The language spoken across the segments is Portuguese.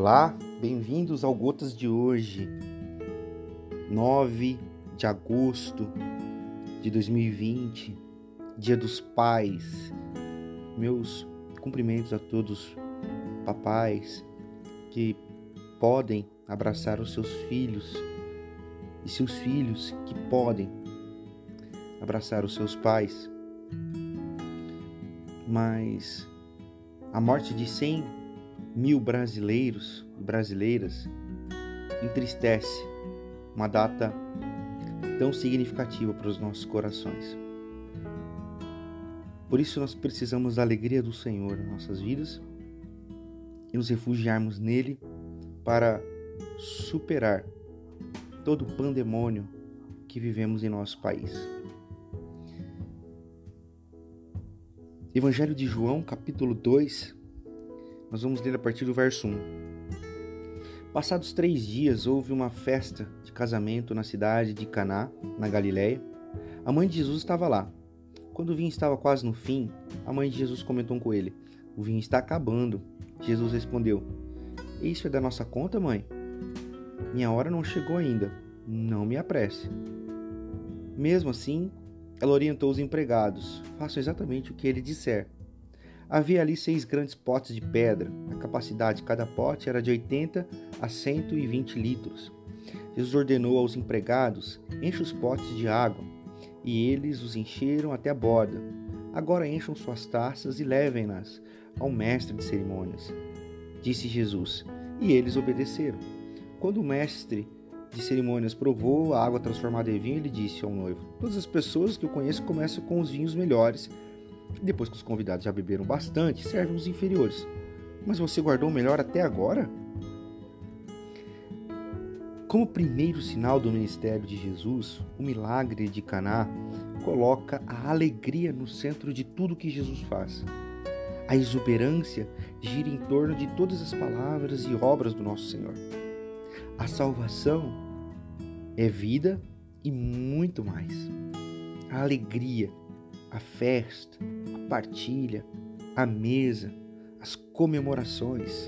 Olá, bem-vindos ao Gotas de hoje, 9 de agosto de 2020, Dia dos Pais. Meus cumprimentos a todos papais que podem abraçar os seus filhos e seus filhos que podem abraçar os seus pais. Mas a morte de 100.000 brasileiros e brasileiras entristece uma data tão significativa para os nossos corações. Por isso nós precisamos da alegria do Senhor em nossas vidas e nos refugiarmos nele para superar todo o pandemônio que vivemos em nosso país. Evangelho de João, capítulo 2, nós vamos ler a partir do verso 1. Passados 3 dias, houve uma festa de casamento na cidade de Caná, na Galileia. A mãe de Jesus estava lá. Quando o vinho estava quase no fim, a mãe de Jesus comentou com ele: "O vinho está acabando." Jesus respondeu: "Isso é da nossa conta, mãe? Minha hora não chegou ainda. Não me apresse." Mesmo assim, ela orientou os empregados: "Façam exatamente o que ele disser." Havia ali 6 grandes potes de pedra. A capacidade de cada pote era de 80 a 120 litros. Jesus ordenou aos empregados: "Encha os potes de água." E eles os encheram até a borda. "Agora encham suas taças e levem-nas ao mestre de cerimônias," disse Jesus. E eles obedeceram. Quando o mestre de cerimônias provou a água transformada em vinho, ele disse ao noivo: "Todas as pessoas que eu conheço começam com os vinhos melhores. Depois que os convidados já beberam bastante, servem os inferiores. Mas você guardou o melhor até agora?" Como primeiro sinal do ministério de Jesus, o milagre de Caná coloca a alegria no centro de tudo que Jesus faz. A exuberância gira em torno de todas as palavras e obras do nosso Senhor. A salvação é vida e muito mais. A alegria, a festa, a partilha, a mesa, as comemorações.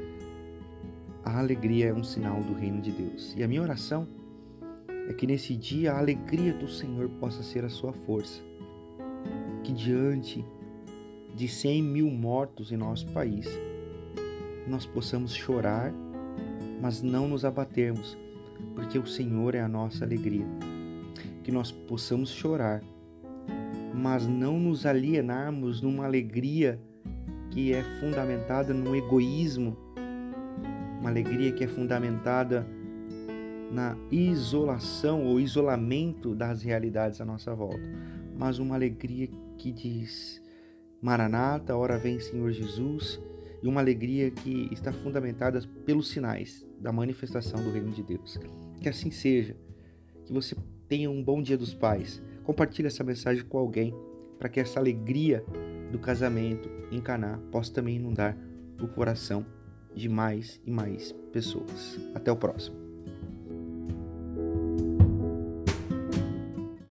A alegria é um sinal do reino de Deus. E a minha oração é que nesse dia a alegria do Senhor possa ser a sua força. Que diante de 100.000 mortos em nosso país, nós possamos chorar, mas não nos abatermos, porque o Senhor é a nossa alegria. Que nós possamos chorar, mas não nos alienarmos numa alegria que é fundamentada no egoísmo, uma alegria que é fundamentada na isolação ou isolamento das realidades à nossa volta, mas uma alegria que diz: "Maranata, ora vem Senhor Jesus", e uma alegria que está fundamentada pelos sinais da manifestação do reino de Deus. Que assim seja, que você tenha um bom Dia dos Pais. Compartilhe essa mensagem com alguém, para que essa alegria do casamento em Caná possa também inundar o coração de mais e mais pessoas. Até o próximo.